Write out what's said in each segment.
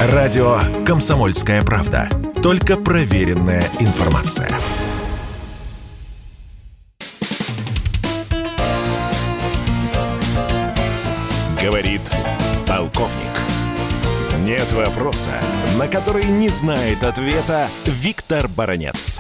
Радио «Комсомольская правда». Только проверенная информация. Говорит полковник. Нет вопроса, на который не знает ответа Виктор Баранец.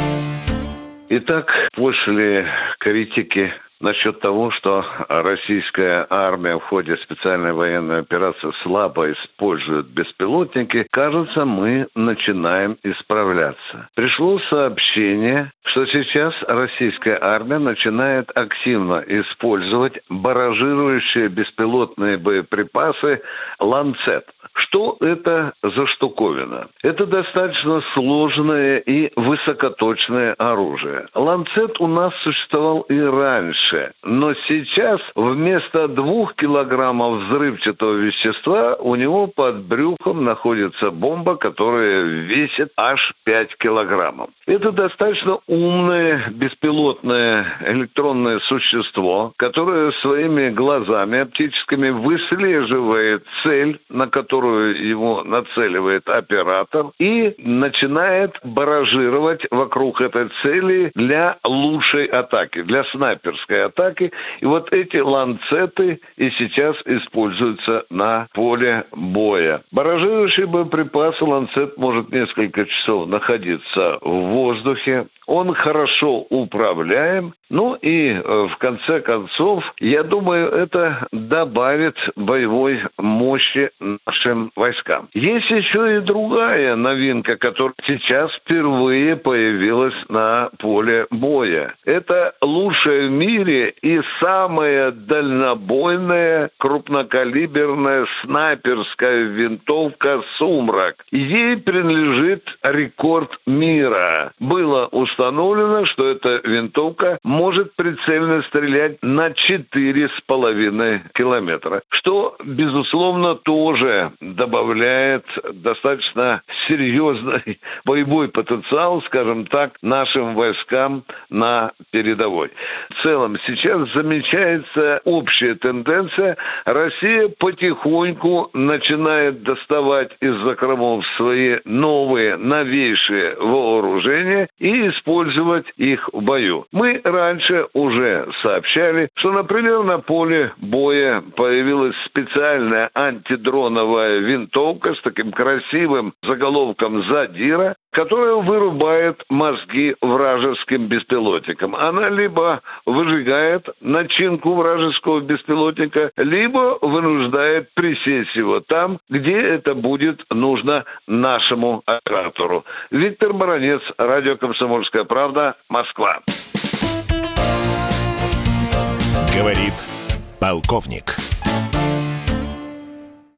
Итак, после критики насчет того, что российская армия в ходе специальной военной операции слабо использует беспилотники, кажется, мы начинаем исправляться. Пришло сообщение, что сейчас российская армия начинает активно использовать барражирующие беспилотные боеприпасы «Ланцет». Что это за штуковина? Это достаточно сложное и высокоточное оружие. «Ланцет» у нас существовал и раньше, но сейчас вместо 2 килограммов взрывчатого вещества у него под брюхом находится бомба, которая весит аж 5 килограммов. Это достаточно умное беспилотное электронное существо, которое своими глазами оптическими выслеживает цель, на которую его нацеливает оператор, и начинает барражировать вокруг этой цели для лучшей атаки, для снайперской атаки. И вот эти ланцеты и сейчас используются на поле боя. Барражирующий боеприпас ланцет может несколько часов находиться в воздухе. Он хорошо управляем. Ну и в конце концов, я думаю, это добавит боевой мощи нашим войскам. Есть еще и другая новинка, которая сейчас впервые появилась на поле боя. Это лучшая в мире и самая дальнобойная крупнокалиберная снайперская винтовка «Сумрак». Ей принадлежит рекорд мира. Было установлено, что эта винтовка может прицельно стрелять на 4,5 километра, что, безусловно, тоже добавляет достаточно серьезный боевой потенциал, скажем так, нашим войскам на передовой. В целом, сейчас замечается общая тенденция. Россия потихоньку начинает доставать из закромов свои новые, новейшие вооружения и использовать их в бою. Мы раньше уже сообщали, что, например, на поле боя появилась специальная антидроновая винтовка с таким красивым заголовком «Задира», которая вырубает мозги вражеским беспилотникам. Она либо выжигает начинку вражеского беспилотника, либо вынуждает присесть его там, где это будет нужно нашему оператору. Виктор Баранец, радио «Комсомольская правда», Москва. Говорит полковник.